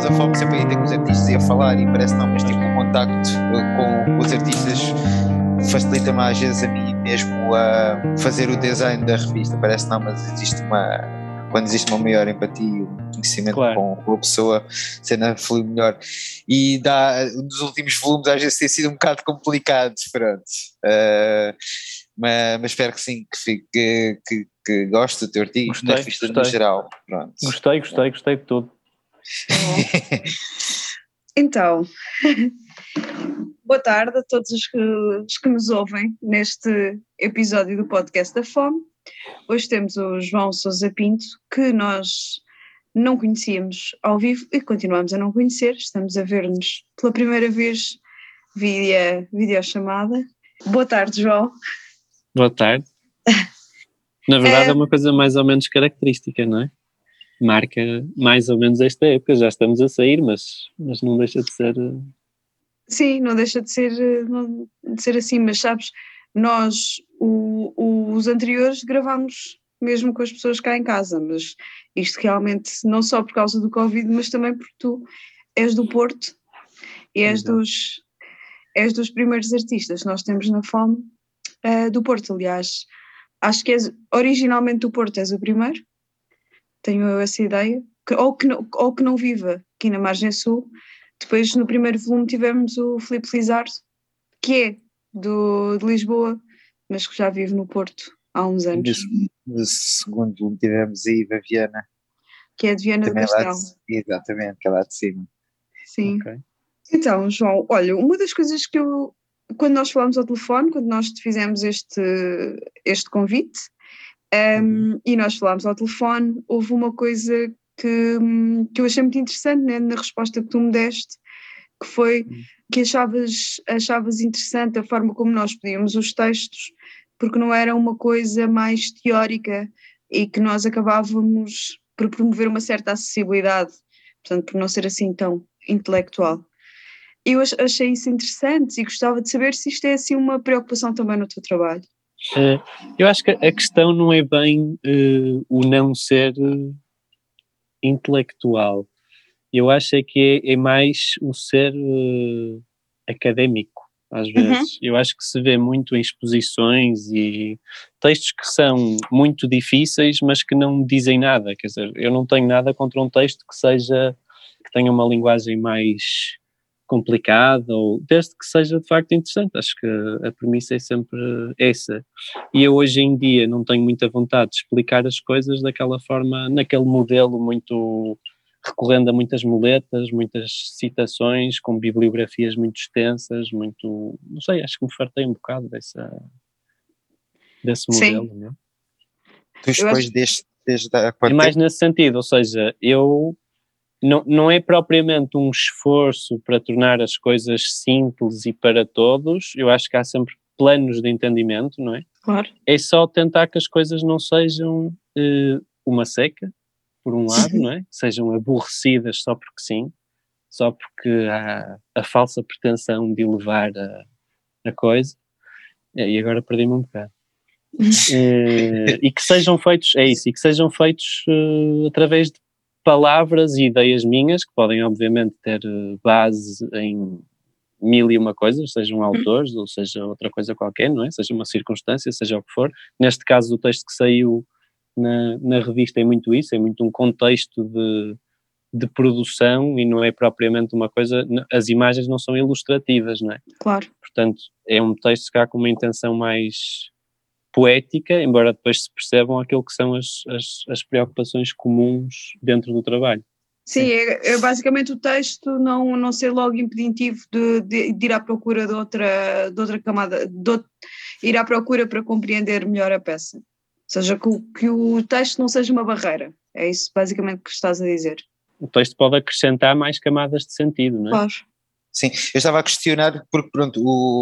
a FOM sempre aí ter com os artistas e a falar, e parece não, mas tipo o contacto com os artistas facilita-me às vezes a mim mesmo a fazer o design da revista, parece não, mas quando existe uma maior empatia e um conhecimento com a pessoa, a cena flui melhor. E nos últimos volumes às vezes tem sido um bocado complicado, pronto. Mas espero que sim, que goste do teu artigo na revista no geral. Pronto. Gostei de tudo. Então, boa tarde a todos os que nos ouvem neste episódio do podcast da Fome. Hoje temos o João Sousa Pinto, que nós não conhecíamos ao vivo e continuamos a não conhecer. Estamos a ver-nos pela primeira vez via videochamada. Boa tarde, João. Boa tarde. Na verdade é uma coisa mais ou menos característica, não é? Marca mais ou menos esta época, já estamos a sair, mas não deixa de ser... Sim, não deixa de ser assim, mas sabes, nós, os anteriores gravámos mesmo com as pessoas cá em casa, mas isto realmente não só por causa do Covid, mas também porque tu és do Porto e és dos primeiros artistas que nós temos na Fome do Porto, aliás, acho que és originalmente do Porto, és o primeiro, tenho eu essa ideia, ou que não viva aqui na Margem Sul. Depois no primeiro volume tivemos o Filipe Lizardo, que é de Lisboa, mas que já vive no Porto há uns anos. No segundo volume tivemos a Iva Viana, que é de Viana do Castelo. Exatamente, que é lá de cima. Sim. Okay. Então, João, olha, uma das coisas que quando nós falámos ao telefone, quando nós te fizemos este convite, e nós falámos ao telefone, houve uma coisa que eu achei muito interessante, né, na resposta que tu me deste, que foi que achavas interessante a forma como nós pedíamos os textos, porque não era uma coisa mais teórica e que nós acabávamos por promover uma certa acessibilidade, portanto, por não ser assim tão intelectual. Eu achei isso interessante e gostava de saber se isto é assim uma preocupação também no teu trabalho. Eu acho que a questão não é bem o não ser intelectual. Eu acho que é mais o ser académico, às vezes. Eu acho que se vê muito em exposições e textos que são muito difíceis, mas que não dizem nada. Quer dizer, eu não tenho nada contra um texto que tenha uma linguagem mais complicada, ou desde que seja de facto interessante. Acho que a premissa é sempre essa. E eu hoje em dia não tenho muita vontade de explicar as coisas daquela forma, naquele modelo muito recorrendo a muitas muletas, muitas citações, com bibliografias muito extensas, muito... Não sei, acho que me fartei um bocado desse modelo, não é? Tu depois desde é mais nesse sentido, ou seja, eu... Não é propriamente um esforço para tornar as coisas simples e para todos, eu acho que há sempre planos de entendimento, não é? Claro. É só tentar que as coisas não sejam uma seca, por um lado, não é? Que sejam aborrecidas só porque sim, só porque há a falsa pretensão de elevar a coisa. E agora perdi-me um bocado. E que sejam feitos, e que sejam feitos através de palavras e ideias minhas, que podem obviamente ter base em mil e uma coisas, sejam autores ou seja outra coisa qualquer, não é? Seja uma circunstância, seja o que for. Neste caso o texto que saiu na revista é muito isso, é muito um contexto de produção e não é propriamente uma coisa, as imagens não são ilustrativas, não é? Claro. Portanto, é um texto que há com uma intenção mais poética, embora depois se percebam aquilo que são as preocupações comuns dentro do trabalho. Sim, é basicamente o texto não ser logo impeditivo de ir à procura de outra camada, ir à procura para compreender melhor a peça. Ou seja, que o texto não seja uma barreira. É isso basicamente que estás a dizer. O texto pode acrescentar mais camadas de sentido, não é? Claro. Sim, eu estava a questionar porque pronto,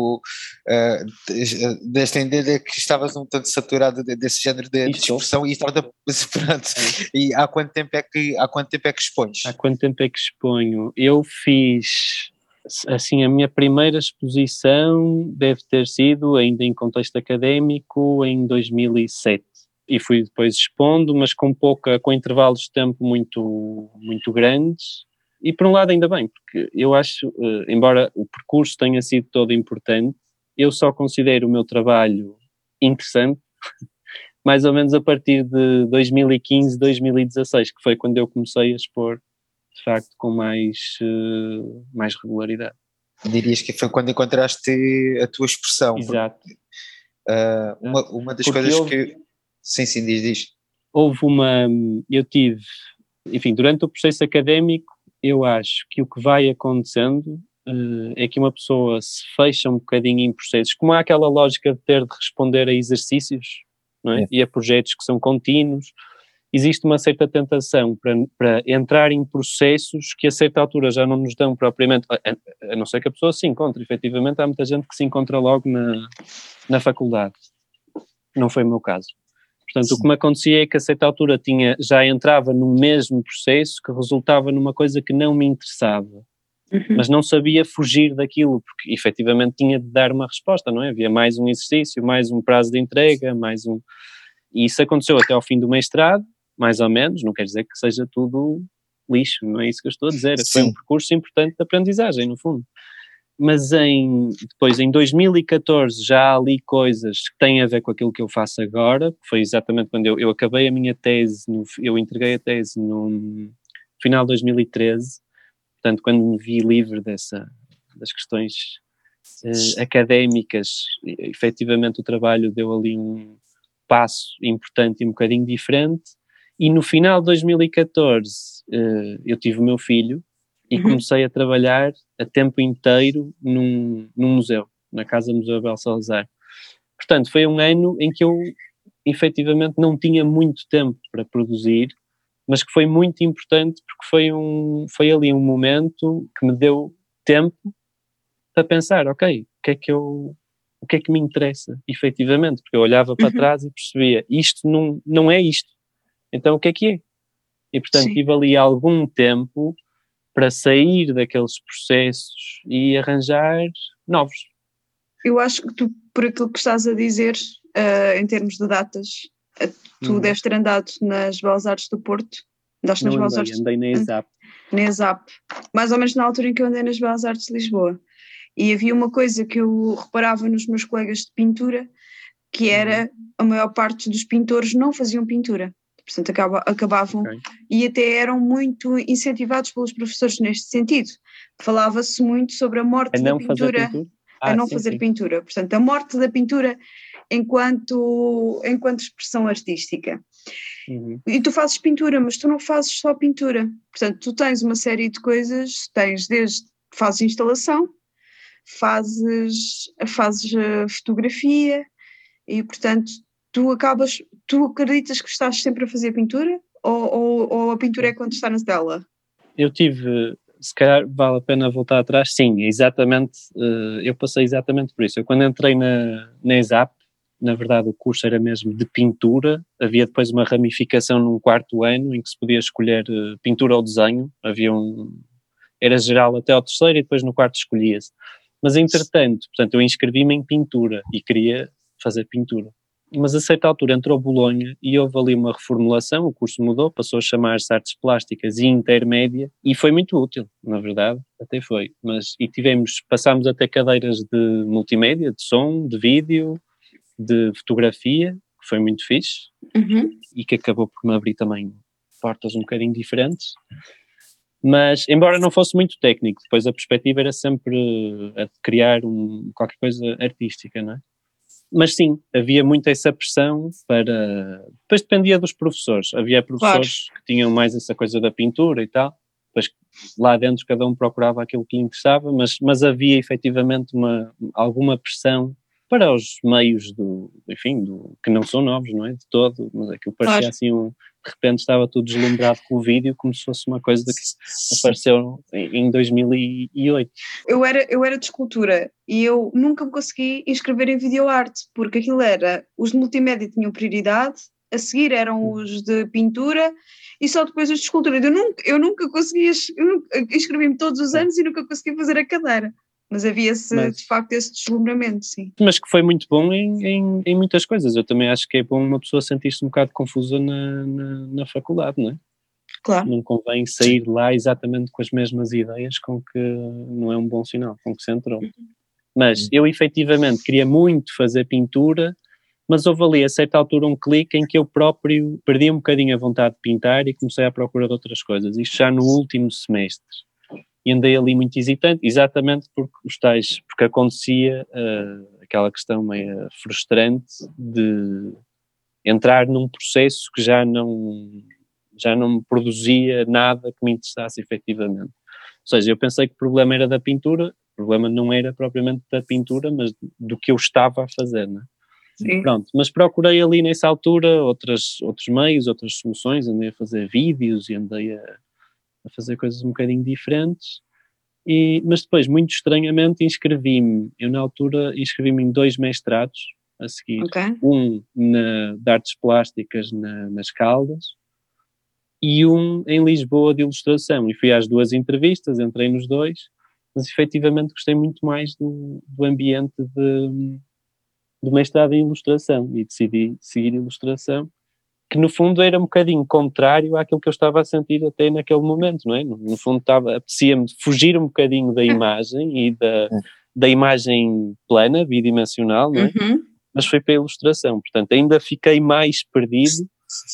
desta ideia que estavas um tanto saturado desse género de expressão e estava pronto. E há quanto tempo é que expões? Há quanto tempo é que exponho? Eu fiz assim, a minha primeira exposição deve ter sido ainda em contexto académico em 2007 e fui depois expondo, mas com intervalos de tempo muito, muito grandes. E por um lado ainda bem, porque eu acho, embora o percurso tenha sido todo importante, eu só considero o meu trabalho interessante mais ou menos a partir de 2015, 2016, que foi quando eu comecei a expor, de facto, com mais regularidade. Dirias que foi quando encontraste a tua expressão. Exato. Uma das Porque coisas que... Sim, diz. Eu tive, enfim, durante o processo académico, eu acho que o que vai acontecendo é que uma pessoa se fecha um bocadinho em processos, como há aquela lógica de ter de responder a exercícios, não é? E a projetos que são contínuos, existe uma certa tentação para entrar em processos que a certa altura já não nos dão propriamente, a não ser que a pessoa se encontre, efetivamente há muita gente que se encontra logo na faculdade, não foi o meu caso. Portanto, o que me acontecia é que a certa altura já entrava no mesmo processo que resultava numa coisa que não me interessava, mas não sabia fugir daquilo, porque efetivamente tinha de dar uma resposta, não é? Havia mais um exercício, mais um prazo de entrega, e isso aconteceu até ao fim do mestrado, mais ou menos, não quer dizer que seja tudo lixo, não é isso que eu estou a dizer, foi um percurso importante de aprendizagem, no fundo. Mas depois em 2014 já há ali coisas que têm a ver com aquilo que eu faço agora, que foi exatamente quando eu acabei a minha tese, eu entreguei a tese no final de 2013, portanto quando me vi livre das questões académicas, efetivamente o trabalho deu ali um passo importante e um bocadinho diferente, e no final de 2014 eu tive o meu filho, e comecei a trabalhar a tempo inteiro num museu, na Casa Museu Abel Salazar. Portanto, foi um ano em que eu, efetivamente, não tinha muito tempo para produzir, mas que foi muito importante porque foi ali um momento que me deu tempo para pensar, ok, o que é que me interessa, efetivamente? Porque eu olhava para trás e percebia, isto não é isto, então o que é? E, portanto, tive ali algum tempo para sair daqueles processos e arranjar novos. Eu acho que tu, por aquilo que estás a dizer, em termos de datas, tu deves ter andado nas Belas Artes do Porto. Andaste nas Belas Artes? Andei na ESAP. Na ESAP. Mais ou menos na altura em que eu andei nas Belas Artes de Lisboa. E havia uma coisa que eu reparava nos meus colegas de pintura, que era a maior parte dos pintores não faziam pintura. Portanto, acabavam e até eram muito incentivados pelos professores neste sentido. Falava-se muito sobre a morte da pintura, a não fazer pintura. Portanto, a morte da pintura enquanto expressão artística. E tu fazes pintura, mas tu não fazes só pintura. Portanto, tu tens uma série de coisas, fazes instalação, fazes fotografia e, portanto, tu acreditas que estás sempre a fazer pintura ou a pintura é quando está na tela? Eu se calhar vale a pena voltar atrás, sim, exatamente, eu passei exatamente por isso. Eu quando entrei na ESAP, na verdade o curso era mesmo de pintura, havia depois uma ramificação num quarto ano em que se podia escolher pintura ou desenho, era geral até ao terceiro e depois no quarto escolhia-se. Mas entretanto, portanto, eu inscrevi-me em pintura e queria fazer pintura. Mas a certa altura entrou Bolonha e houve ali uma reformulação, o curso mudou, passou a chamar-se Artes Plásticas e Intermédia e foi muito útil, na verdade, até foi. Passámos até cadeiras de multimédia, de som, de vídeo, de fotografia, que foi muito fixe e que acabou por me abrir também portas um bocadinho diferentes. Mas, embora não fosse muito técnico, depois a perspectiva era sempre a de criar qualquer coisa artística, não é? Mas sim, havia muito essa pressão depois dependia dos professores, havia professores que tinham mais essa coisa da pintura e tal, depois lá dentro cada um procurava aquilo que lhe interessava, mas havia efetivamente alguma pressão para os meios que não são novos, não é? De todo, mas aquilo parecia assim de repente estava tudo deslumbrado com o vídeo como se fosse uma coisa que apareceu em 2008. Eu era de escultura e eu nunca me consegui inscrever em videoarte, porque aquilo os de multimédia tinham prioridade, a seguir eram os de pintura e só depois os de escultura. Eu nunca conseguia, inscrevi-me todos os anos e nunca consegui fazer a cadeira. Mas havia de facto esse deslumbramento, sim. Mas que foi muito bom em muitas coisas. Eu também acho que é bom uma pessoa sentir-se um bocado confusa na faculdade, não é? Claro. não convém sair de lá exatamente com as mesmas ideias, com que não é um bom sinal, com que se entrou. Mas eu efetivamente queria muito fazer pintura, mas houve ali a certa altura um clique em que eu próprio perdi um bocadinho a vontade de pintar e comecei à procura de outras coisas, isto já no último semestre. E andei ali muito hesitante, exatamente porque acontecia aquela questão meio frustrante de entrar num processo que já não me produzia nada que me interessasse efetivamente. Ou seja, eu pensei que o problema era da pintura, o problema não era propriamente da pintura, mas do que eu estava a fazer, não é? Sim. Pronto, mas procurei ali nessa altura outros meios, outras soluções, andei a fazer vídeos e andei a fazer coisas um bocadinho diferentes, mas depois, muito estranhamente, eu na altura inscrevi-me em 2 mestrados a seguir, Ok. um de artes plásticas nas Caldas e um em Lisboa de ilustração, e fui às 2 entrevistas, entrei nos 2, mas efetivamente gostei muito mais do ambiente do mestrado em ilustração e decidi seguir ilustração, que no fundo era um bocadinho contrário àquilo que eu estava a sentir até naquele momento, não é? No fundo apetecia-me fugir um bocadinho da imagem e da imagem plana, bidimensional, não é? Uhum. Mas foi para a ilustração, portanto ainda fiquei mais perdido,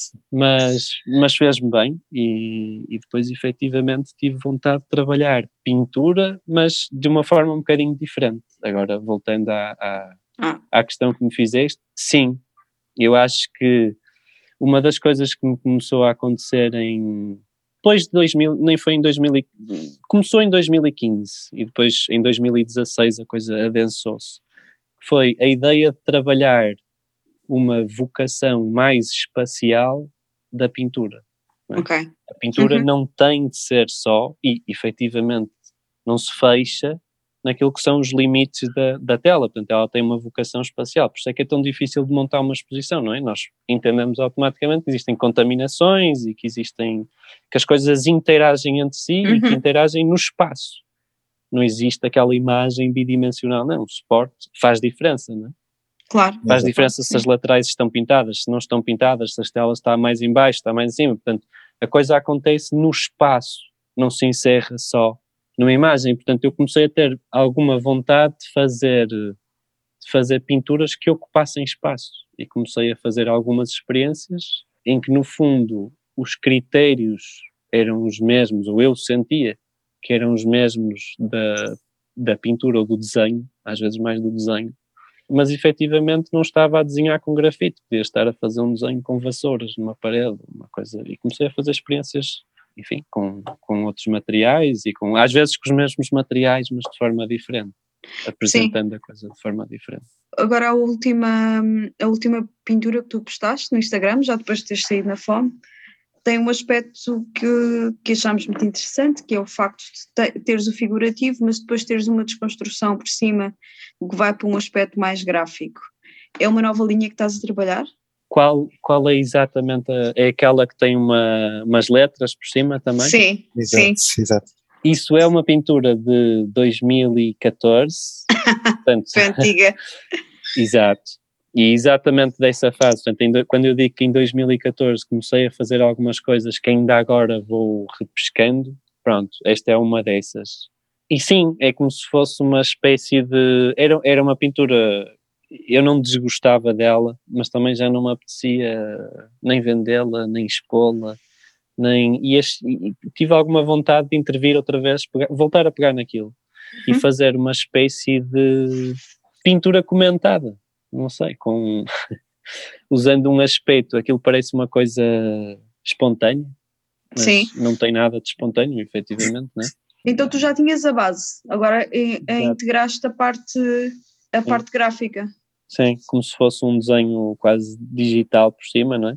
mas fez-me bem e depois efetivamente tive vontade de trabalhar pintura, mas de uma forma um bocadinho diferente. Agora, voltando à questão que me fizeste, sim, eu acho que uma das coisas que me começou a acontecer depois de 2000, nem foi em 2000, começou em 2015 e depois em 2016 a coisa adensou-se, foi a ideia de trabalhar uma vocação mais espacial da pintura. Não é? Ok. A pintura não tem de ser só, e efetivamente não se fecha naquilo que são os limites da tela, portanto ela tem uma vocação espacial, por isso é que é tão difícil de montar uma exposição, não é? Nós entendemos automaticamente que existem contaminações e que as coisas interagem entre si e que interagem no espaço. Não existe aquela imagem bidimensional, não, o suporte faz diferença, não é? Claro. Faz diferença se as laterais estão pintadas, se não estão pintadas, se as telas estão mais em baixo, está mais em cima, portanto a coisa acontece no espaço, não se encerra só numa imagem, portanto eu comecei a ter alguma vontade de fazer pinturas que ocupassem espaço e comecei a fazer algumas experiências em que no fundo os critérios eram os mesmos, ou eu sentia que eram os mesmos da pintura ou do desenho, às vezes mais do desenho, mas efetivamente não estava a desenhar com grafite, podia estar a fazer um desenho com vassouras numa parede, uma coisa, e comecei a fazer experiências, enfim, com outros materiais e às vezes com os mesmos materiais, mas de forma diferente, apresentando a coisa de forma diferente. Agora a última pintura que tu postaste no Instagram, já depois de teres saído na fome, tem um aspecto que achamos muito interessante, que é o facto de teres o figurativo, mas depois teres uma desconstrução por cima, que vai para um aspecto mais gráfico. É uma nova linha que estás a trabalhar? Qual é exatamente é aquela que tem umas letras por cima também? Sim, Exato. Isso é uma pintura de 2014. Portanto, foi antiga. Exato. E exatamente dessa fase, portanto, quando eu digo que em 2014 comecei a fazer algumas coisas que ainda agora vou repescando, pronto, esta é uma dessas. E sim, é como se fosse uma espécie de... Era uma pintura, eu não desgostava dela, mas também já não me apetecia nem vendê-la, nem expô-la, e tive alguma vontade de intervir outra vez, voltar a pegar naquilo e fazer uma espécie de pintura comentada. Não sei, usando um aspecto, aquilo parece uma coisa espontânea, mas Sim. não tem nada de espontâneo, efetivamente, não é? Então tu já tinhas a base, agora integraste a parte gráfica. Sim, como se fosse um desenho quase digital por cima, não é?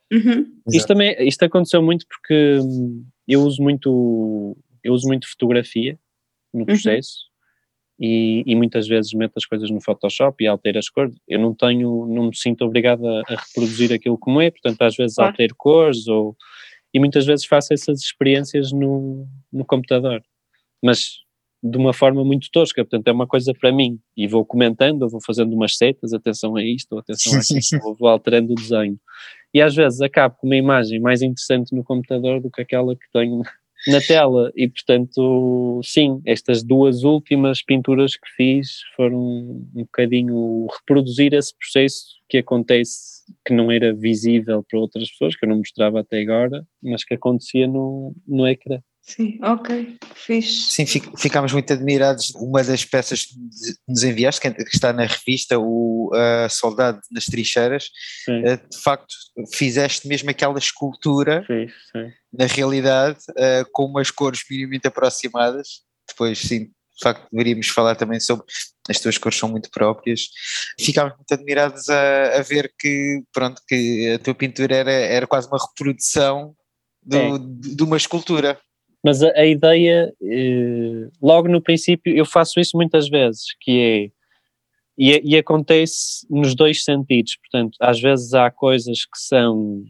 Isto aconteceu muito porque eu uso muito fotografia no processo. E muitas vezes meto as coisas no Photoshop e altero as cores. Eu não me sinto obrigado a reproduzir aquilo como é, portanto às vezes altero cores e muitas vezes faço essas experiências no computador, mas de uma forma muito tosca, portanto é uma coisa para mim e vou comentando, ou vou fazendo umas setas, atenção a isto, ou atenção a aquilo, ou vou alterando o desenho. e às vezes acabo com uma imagem mais interessante no computador do que aquela que tenho na tela, e portanto, sim, estas duas últimas pinturas que fiz foram um bocadinho reproduzir esse processo que acontece, que não era visível para outras pessoas, que eu não mostrava até agora, mas que acontecia no ecrã. Sim, ok, fixe. Sim, ficámos muito admirados. Uma das peças que nos enviaste, que está na revista, o Soldado nas Trincheiras, Sim, de facto fizeste mesmo aquela escultura, fiz, sim. na realidade, com umas cores minimamente aproximadas. Depois, sim, de facto deveríamos falar também sobre as tuas cores são muito próprias. Ficámos muito admirados a ver que, pronto, que a tua pintura era quase uma reprodução É. de uma escultura. Mas a ideia, logo no princípio, eu faço isso muitas vezes, que é, e acontece nos dois sentidos, portanto, às vezes há coisas que são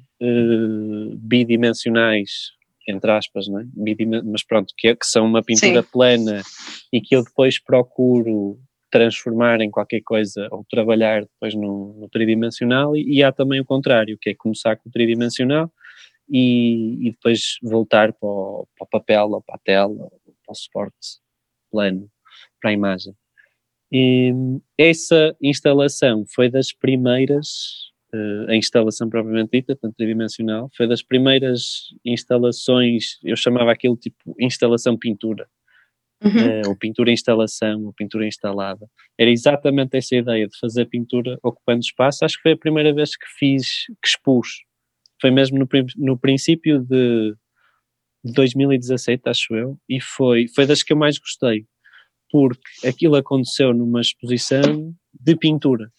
bidimensionais, entre aspas, não é? Mas pronto, que são uma pintura Sim. plana e que eu depois procuro transformar em qualquer coisa ou trabalhar depois no tridimensional, e há também o contrário, que é começar com o tridimensional e depois voltar para o papel ou para a tela ou para o suporte plano, para a imagem. E essa instalação foi das primeiras, a instalação propriamente dita, portanto tridimensional, foi das primeiras instalações, eu chamava aquilo tipo instalação pintura, ou pintura instalação, ou pintura instalada. Era exatamente essa ideia de fazer pintura ocupando espaço. Acho que foi a primeira vez que expus. Foi mesmo no princípio de 2017, acho eu, e foi das que eu mais gostei, porque aquilo aconteceu numa exposição de pintura.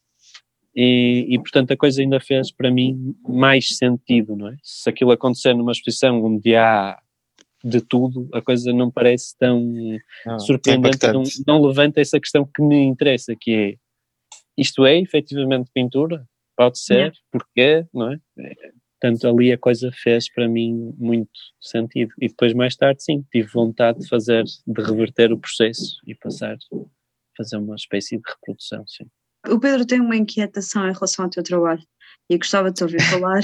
E portanto a coisa ainda fez para mim mais sentido, não é? Se aquilo acontecer numa exposição onde há de tudo, a coisa não parece tão surpreendente, não levanta essa questão que me interessa, que é, isto é efetivamente pintura? Pode ser, porquê, não é? Portanto, ali a coisa fez para mim muito sentido. E depois, mais tarde, sim, tive vontade de reverter o processo e passar a fazer uma espécie de reprodução, sim. O Pedro tem uma inquietação em relação ao teu trabalho e gostava de te ouvir falar.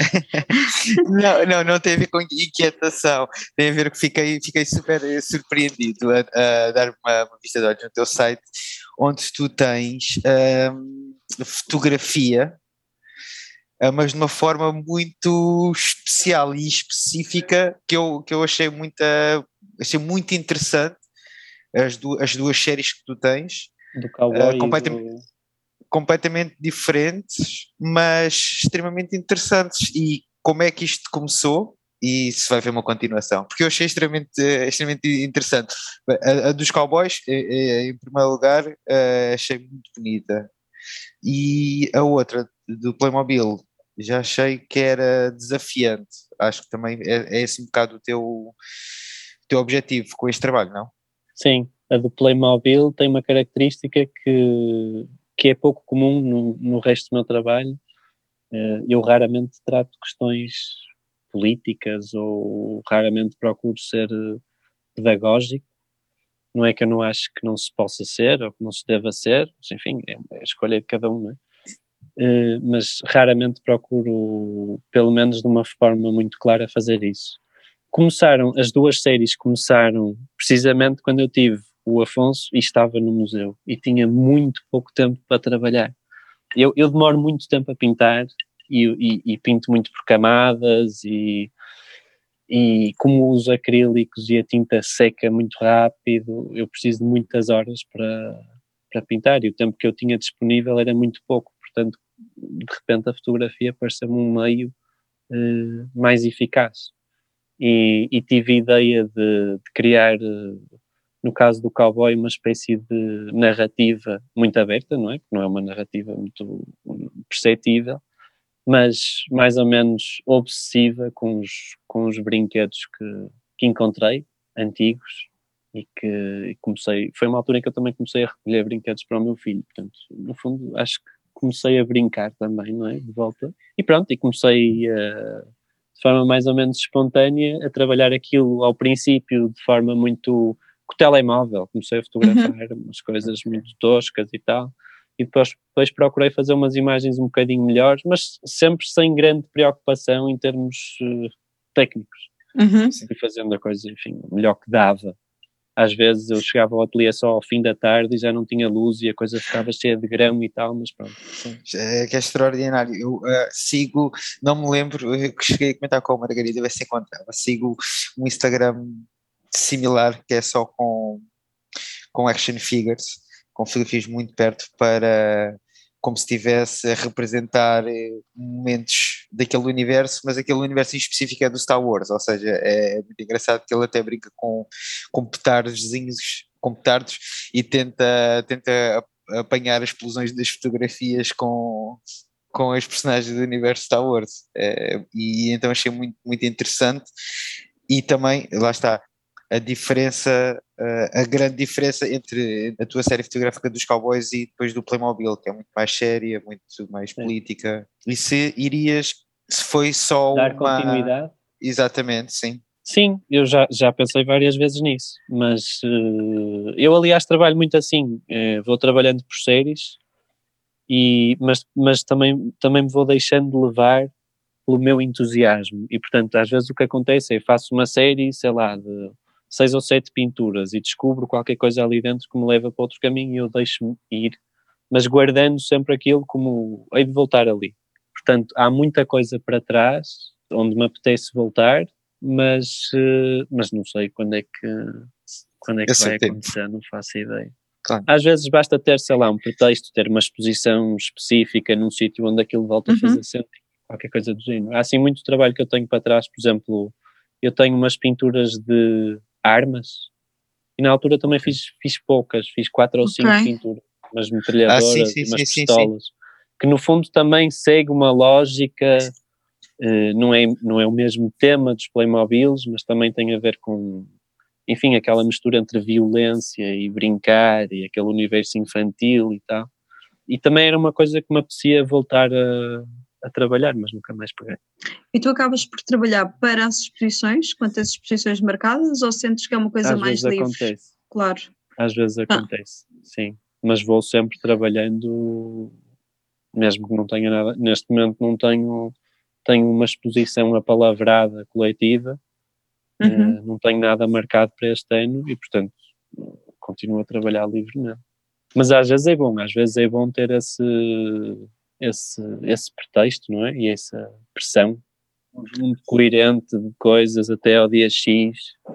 Não tem a ver com inquietação, tem a ver que fiquei super surpreendido a dar uma vista de olhos no teu site, onde tu tens fotografia, mas de uma forma muito especial e específica que eu achei muito interessante, as duas séries que tu tens, do cowboy completamente diferentes, mas extremamente interessantes. E como é que isto começou? E se vai haver uma continuação, porque eu achei extremamente interessante. A dos cowboys, em primeiro lugar, achei muito bonita, e a outra do Playmobil já achei que era desafiante. Acho que também é esse um bocado o teu objetivo com este trabalho, não? Sim, a do Playmobil tem uma característica que é pouco comum no resto do meu trabalho. Eu raramente trato questões políticas ou raramente procuro ser pedagógico. Não é que eu não acho que não se possa ser ou que não se deva ser, mas, enfim, é a escolha de cada um, não é? Mas raramente procuro, pelo menos de uma forma muito clara, fazer isso. As duas séries começaram precisamente quando eu tive o Afonso e estava no museu e tinha muito pouco tempo para trabalhar. Eu demoro muito tempo a pintar e pinto muito por camadas e como uso acrílicos e a tinta seca muito rápido, eu preciso de muitas horas para pintar, e o tempo que eu tinha disponível era muito pouco, portanto, de repente a fotografia pareceu-me um meio mais eficaz. E tive a ideia de criar, no caso do cowboy, uma espécie de narrativa muito aberta, não é? Que não é uma narrativa muito perceptível, mas mais ou menos obsessiva com os brinquedos que encontrei, antigos, e que foi uma altura em que eu também comecei a recolher brinquedos para o meu filho, portanto, no fundo, acho que comecei a brincar também, não é? De volta. E pronto, e comecei de forma mais ou menos espontânea a trabalhar aquilo ao princípio de forma muito com o telemóvel, comecei a fotografar umas coisas muito toscas e tal, e depois procurei fazer umas imagens um bocadinho melhores, mas sempre sem grande preocupação em termos técnicos. Fui fazendo a coisa, enfim, o melhor que dava. Às vezes eu chegava ao ateliê só ao fim da tarde e já não tinha luz e a coisa ficava cheia de grão e tal, mas pronto. Sim, é que é extraordinário. Eu sigo, não me lembro, eu que cheguei a comentar com a Margarida, ver se encontrava. Sigo um Instagram similar que é só com action figures, com fotografias muito perto, para como se estivesse a representar momentos daquele universo, mas aquele universo em específico é do Star Wars, ou seja, é muito engraçado que ele até brinca com petardozinhos, com petardos, e tenta apanhar as explosões das fotografias com os personagens do universo Star Wars. E então achei muito, muito interessante. E também, lá está, a diferença, a grande diferença entre a tua série fotográfica dos Cowboys e depois do Playmobil, que é muito mais séria, muito mais política. E se foi só Dar uma... continuidade? Exatamente, sim. Sim, eu já pensei várias vezes nisso, mas eu aliás trabalho muito assim, vou trabalhando por séries, mas também me vou deixando de levar pelo meu entusiasmo e portanto às vezes o que acontece é faço uma série, sei lá, de 6 ou 7 pinturas e descubro qualquer coisa ali dentro que me leva para outro caminho e eu deixo-me ir, mas guardando sempre aquilo como hei de voltar ali. Portanto, há muita coisa para trás onde me apetece voltar, mas não sei quando é que vai acontecer, não faço ideia. Claro. Às vezes basta ter, sei lá, um pretexto, ter uma exposição específica num sítio onde aquilo volta a fazer sentido, qualquer coisa do género. Há assim muito trabalho que eu tenho para trás, por exemplo, eu tenho umas pinturas de armas e na altura também fiz poucas, fiz 4 ou 5 pinturas, umas metralhadoras e umas pistolas, que no fundo também segue uma lógica, não é o mesmo tema dos Playmobiles, mas também tem a ver com, enfim, aquela mistura entre violência e brincar e aquele universo infantil e tal. E também era uma coisa que me apetecia voltar a trabalhar, mas nunca mais peguei. E tu acabas por trabalhar para as exposições, quantas exposições marcadas, ou sentes que é uma coisa mais livre? Às vezes acontece. Claro. Às vezes acontece, sim. Mas vou sempre trabalhando, mesmo que não tenha nada. Neste momento não tenho uma exposição apalavrada coletiva, não tenho nada marcado para este ano e, portanto, continuo a trabalhar livremente. Mas às vezes é bom ter esse pretexto, não é? E essa pressão coerente de coisas até ao dia X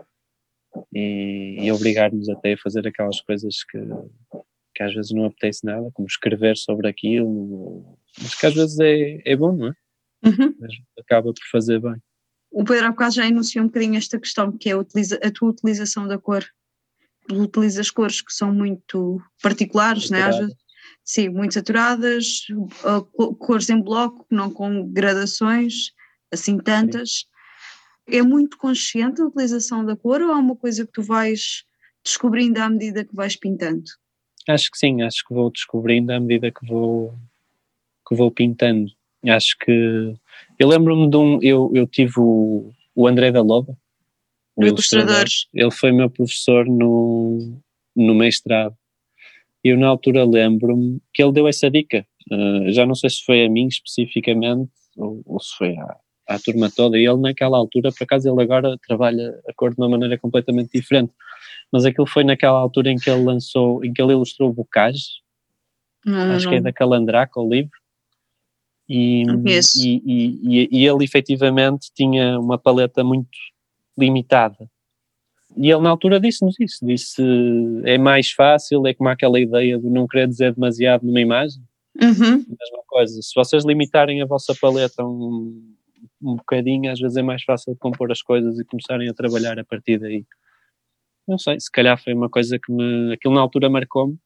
e obrigar-nos até a fazer aquelas coisas que às vezes não apetece nada, como escrever sobre aquilo, mas que às vezes é bom, não é? Mas acaba por fazer bem. O Pedro há bocado já enunciou um bocadinho esta questão, que é a tua utilização da cor. Tu utilizas cores que são muito particulares, não é? Às vezes, sim, muito saturadas, cores em bloco, não com gradações, assim tantas. Sim. É muito consciente a utilização da cor ou é uma coisa que tu vais descobrindo à medida que vais pintando? Acho que sim, acho que vou descobrindo à medida que vou pintando. Acho que... Eu lembro-me de eu tive o André da Loba, o ilustrador. Ele foi meu professor no mestrado. E eu na altura lembro-me que ele deu essa dica. Já não sei se foi a mim especificamente ou se foi à turma toda. E ele naquela altura, por acaso ele agora trabalha a cor de uma maneira completamente diferente. Mas aquilo foi naquela altura em que ele ilustrou o Bocage. Acho que é da Calandraca, o livro. E ele efetivamente tinha uma paleta muito limitada. E ele na altura disse-nos isso, é mais fácil, é como aquela ideia de não querer dizer demasiado numa imagem. A mesma coisa, se vocês limitarem a vossa paleta um bocadinho, às vezes é mais fácil de compor as coisas e começarem a trabalhar a partir daí. Não sei, se calhar foi uma coisa que aquilo na altura marcou-me,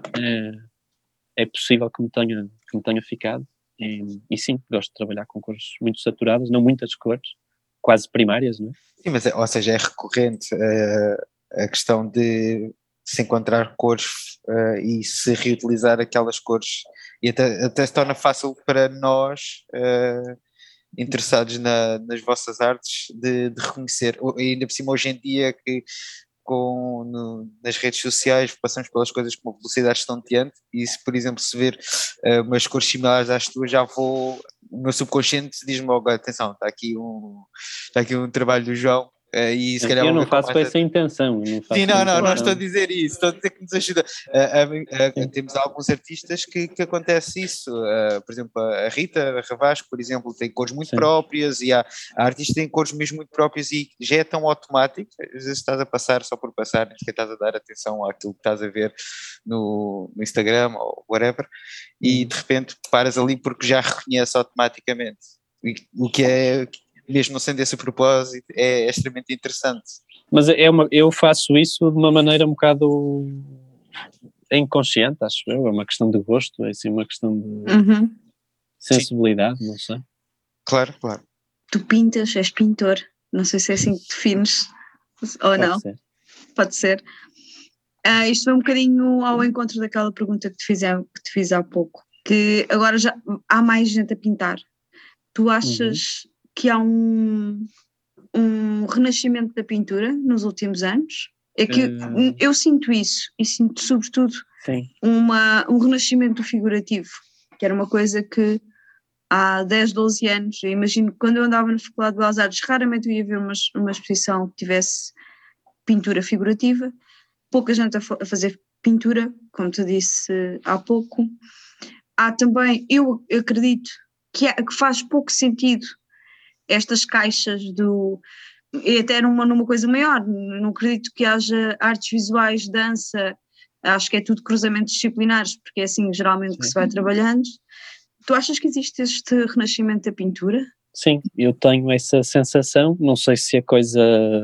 é possível que me tenha ficado. E sim, gosto de trabalhar com cores muito saturadas, não muitas cores, quase primárias, não é? Sim, mas ou seja, é recorrente a questão de se encontrar cores e se reutilizar aquelas cores, e até se torna fácil para nós interessados nas vossas artes de reconhecer, e ainda por cima hoje em dia que nas redes sociais, passamos pelas coisas com uma velocidade estonteante, e se, por exemplo, se ver umas cores similares às tuas, o meu subconsciente diz-me logo, atenção, está aqui um trabalho do João, e se calhar Eu vou não ver com faço mais com essa intenção. Sim, não estou a intenção. dizer isso, estou a dizer que nos ajuda. Temos alguns artistas que acontece isso, por exemplo, a Rita Ravasco, por exemplo, tem cores muito próprias, e há artistas que têm cores mesmo muito próprias, e já é tão automático, às vezes estás a passar só por passar, nem sequer estás a dar atenção àquilo que estás a ver no Instagram ou whatever, e de repente paras ali porque já reconhece automaticamente, o que é, mesmo não sendo esse o propósito, é extremamente interessante. Mas eu faço isso de uma maneira um bocado inconsciente, acho eu, é uma questão de gosto, é assim uma questão de sensibilidade, não sei. Claro. Tu pintas, és pintor, não sei se é assim que defines, ou não. Pode ser. Isto é um bocadinho ao encontro daquela pergunta que te fiz há pouco, que agora já há mais gente a pintar. Tu achas que há um renascimento da pintura nos últimos anos? É que eu sinto isso, e sinto sobretudo um renascimento do figurativo, que era uma coisa que há 10, 12 anos, eu imagino que quando eu andava na Faculdade de Belas Artes, raramente eu ia ver uma exposição que tivesse pintura figurativa, pouca gente a fazer pintura, como tu disse há pouco. Há também, eu acredito que faz pouco sentido estas caixas e até numa coisa maior, não acredito que haja artes visuais, dança, acho que é tudo cruzamentos disciplinares, porque é assim geralmente que se vai trabalhando. Tu achas que existe este renascimento da pintura? Sim, eu tenho essa sensação, não sei se a coisa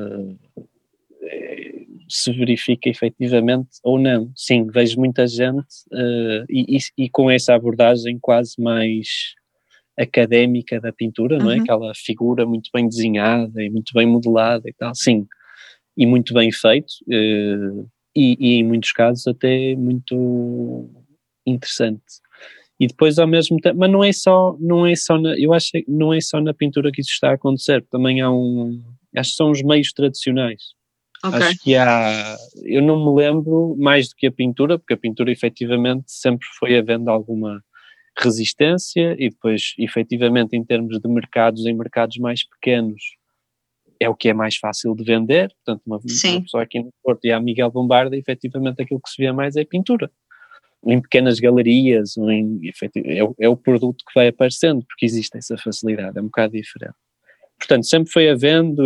se verifica efetivamente ou não. Sim, vejo muita gente e com essa abordagem quase mais académica da pintura, não é? Aquela figura muito bem desenhada e muito bem modelada e tal, sim, e muito bem feito, e em muitos casos até muito interessante. E depois ao mesmo tempo, mas não é só eu acho que não é só na pintura que isso está a acontecer, também acho que são os meios tradicionais. Acho que eu não me lembro mais do que a pintura, porque a pintura efetivamente sempre foi havendo alguma resistência, e depois efetivamente em termos de mercados, em mercados mais pequenos é o que é mais fácil de vender, portanto uma pessoa aqui no Porto e a Miguel Bombarda, efetivamente aquilo que se vê mais é pintura, em pequenas galerias, é o produto que vai aparecendo, porque existe essa facilidade, é um bocado diferente. Portanto, sempre foi havendo,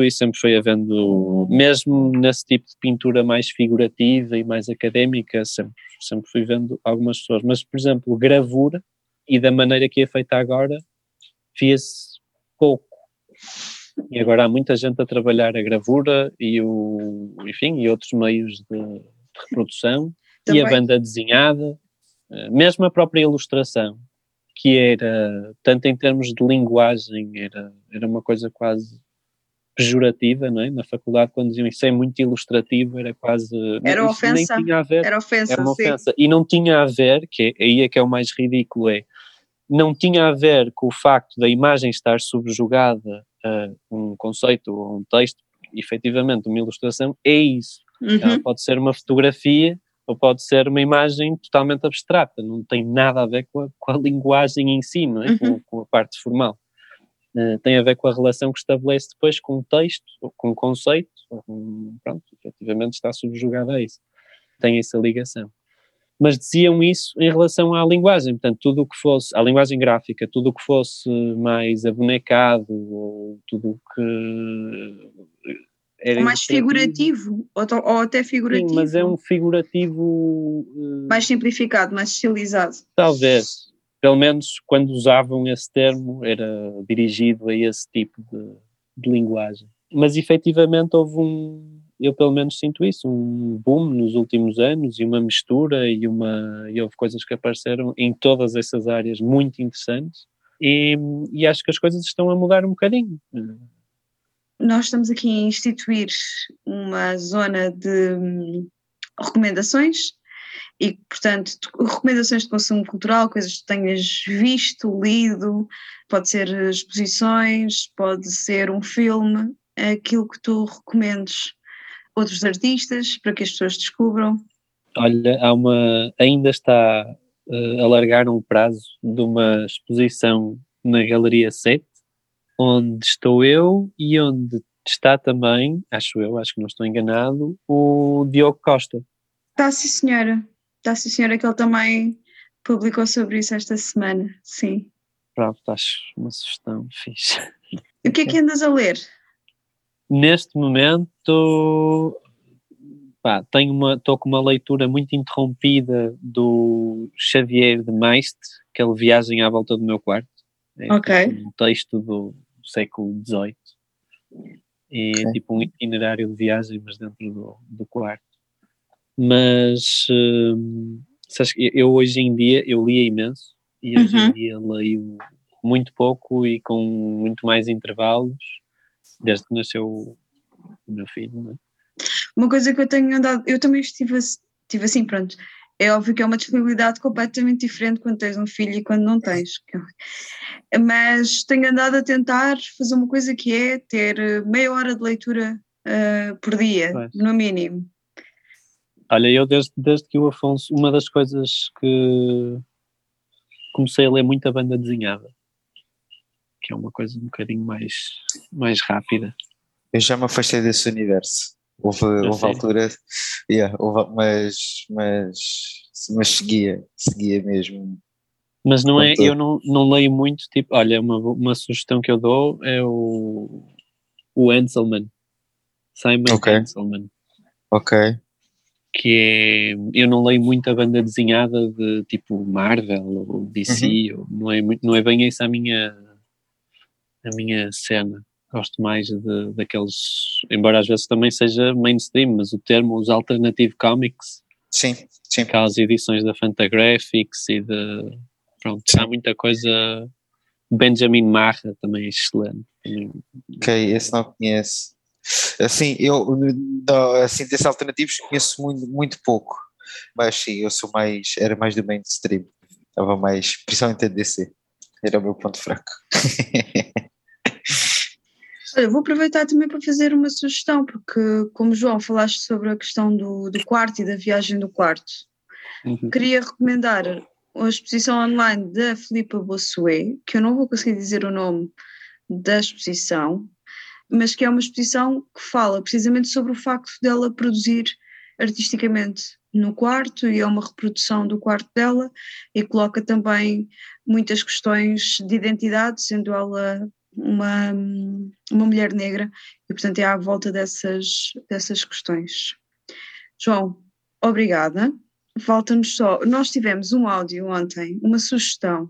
mesmo nesse tipo de pintura mais figurativa e mais académica, sempre fui vendo algumas pessoas, mas por exemplo, gravura, e da maneira que é feita agora, via-se pouco. E agora há muita gente a trabalhar a gravura e outros meios de reprodução, também. E a banda desenhada, mesmo a própria ilustração, que era, tanto em termos de linguagem, era uma coisa quase pejorativa, não é? Na faculdade, quando diziam isso é muito ilustrativo, era quase... Era ofensa. Nem tinha a ver, era ofensa, uma ofensa. E não tinha a ver, aí é que é o mais ridículo, não tinha a ver com o facto da imagem estar subjugada a um conceito ou a um texto, porque efetivamente uma ilustração é isso. Ela pode ser uma fotografia ou pode ser uma imagem totalmente abstrata, não tem nada a ver com a linguagem em si, não é? Com a parte formal. Tem a ver com a relação que estabelece depois com o texto, ou com o conceito, pronto, efetivamente está subjugado a isso. Tem essa ligação. Mas diziam isso em relação à linguagem, portanto, tudo o que fosse, à linguagem gráfica, tudo o que fosse mais abonecado, ou tudo o que... Era mais figurativo, ou até figurativo. Sim, mas é um figurativo... mais simplificado, mais estilizado. Talvez. Pelo menos quando usavam esse termo era dirigido a esse tipo de linguagem. Mas efetivamente eu pelo menos sinto isso, um boom nos últimos anos e uma mistura e houve coisas que apareceram em todas essas áreas muito interessantes e acho que as coisas estão a mudar um bocadinho. Nós estamos aqui a instituir uma zona de recomendações e, portanto, recomendações de consumo cultural, coisas que tenhas visto, lido, pode ser exposições, pode ser um filme, aquilo que tu recomendes outros artistas para que as pessoas descubram? Olha, ainda está a largar um prazo de uma exposição na Galeria 7, onde estou eu e onde está também, acho que não estou enganado, o Diogo Costa. Está sim, senhora. Está sim, senhora, que ele também publicou sobre isso esta semana, sim. Pronto, acho uma sugestão fixe. E o que é que andas a ler? Neste momento, estou com uma leitura muito interrompida do Xavier de Maistre, aquele Viagem à Volta do Meu Quarto. É Ok. tipo um texto do século XVIII. E é Ok. tipo um itinerário de viagem, mas dentro do quarto. Mas, sabes que eu hoje em dia, eu lia imenso, e hoje em dia leio muito pouco e com muito mais intervalos, desde que nasceu o meu filho, não é? Uma coisa que eu tenho andado, eu também estive assim, pronto. É óbvio que é uma disponibilidade completamente diferente quando tens um filho e quando não tens. Mas tenho andado a tentar fazer uma coisa que é ter meia hora de leitura por dia, Pois. no mínimo. Olha, eu desde que o Afonso, uma das coisas que comecei a ler muito a banda desenhada, que é uma coisa um bocadinho mais rápida. Eu já me afastei desse universo. Houve sério? altura, mas seguia mesmo. Mas não é, Com eu todo. não leio muito, tipo, olha, uma sugestão que eu dou é o Hanselman, Simon Ok, Hanselman, ok. que é, eu não leio muito a banda desenhada de tipo Marvel ou Uhum. DC, não é bem essa a minha cena. Gosto mais daqueles, embora às vezes também seja mainstream, mas o termo, os alternative comics, Sim, sim, aquelas edições da Fantagraphics pronto, sim. há muita coisa. Benjamin Marra também é excelente. Também, Ok, esse não conheço. Assim, assim, desses alternativos conheço muito, muito pouco. Mas sim, era mais do mainstream. Estava mais, principalmente a DC. Era o meu ponto fraco. Olha, vou aproveitar também para fazer uma sugestão, porque como João falaste sobre a questão do quarto e da viagem do quarto, queria recomendar a exposição online da Filipa Bossuet, que eu não vou conseguir dizer o nome da exposição, mas que é uma exposição que fala precisamente sobre o facto dela produzir artisticamente no quarto, e é uma reprodução do quarto dela, e coloca também muitas questões de identidade, sendo ela uma mulher negra, e portanto é à volta dessas questões. João, obrigada. Falta-nos só, nós tivemos um áudio ontem, uma sugestão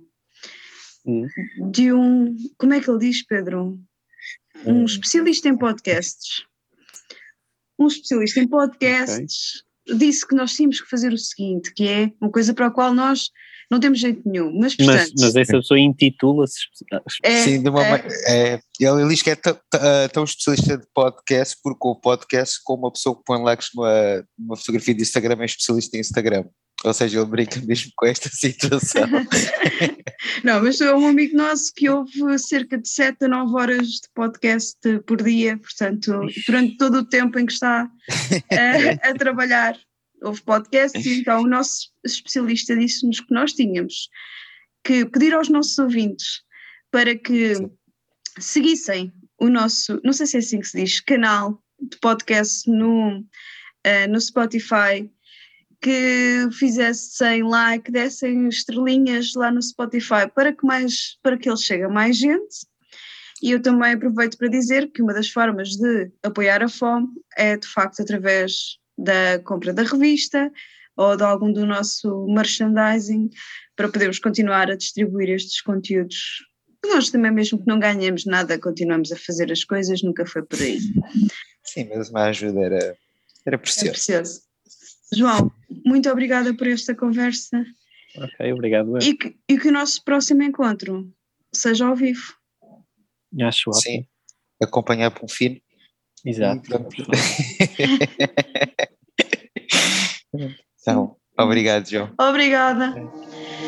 de como é que ele diz, Pedro? Um especialista em podcasts. Um especialista em podcasts disse que nós tínhamos que fazer o seguinte, que é uma coisa para a qual nós não temos jeito nenhum, mas portanto... Mas essa pessoa intitula-se... Sim, ele diz que é tão especialista de podcast, porque o podcast, como uma pessoa que põe likes numa fotografia de Instagram, é especialista em Instagram. Ou seja, ele brinca mesmo com esta situação. Não, mas é um amigo nosso que ouve cerca de 7 a 9 horas de podcast por dia, portanto, durante todo o tempo em que está a trabalhar, ouve podcasts, e então o nosso especialista disse-nos que nós tínhamos que pedir aos nossos ouvintes para que seguissem o nosso, não sei se é assim que se diz, canal de podcast no Spotify, que fizessem like, dessem estrelinhas lá no Spotify para que ele chegue a mais gente. E eu também aproveito para dizer que uma das formas de apoiar a FOM é de facto através da compra da revista ou de algum do nosso merchandising, para podermos continuar a distribuir estes conteúdos. Nós também, mesmo que não ganhemos nada, continuamos a fazer as coisas, nunca foi por aí. Sim, mas uma ajuda era precioso. É precioso. João, muito obrigada por esta conversa. Ok, obrigado. E que o nosso próximo encontro seja ao vivo. Acho ótimo. Sim, acompanhar por um fino. Exato. Então, obrigado, João. Obrigada.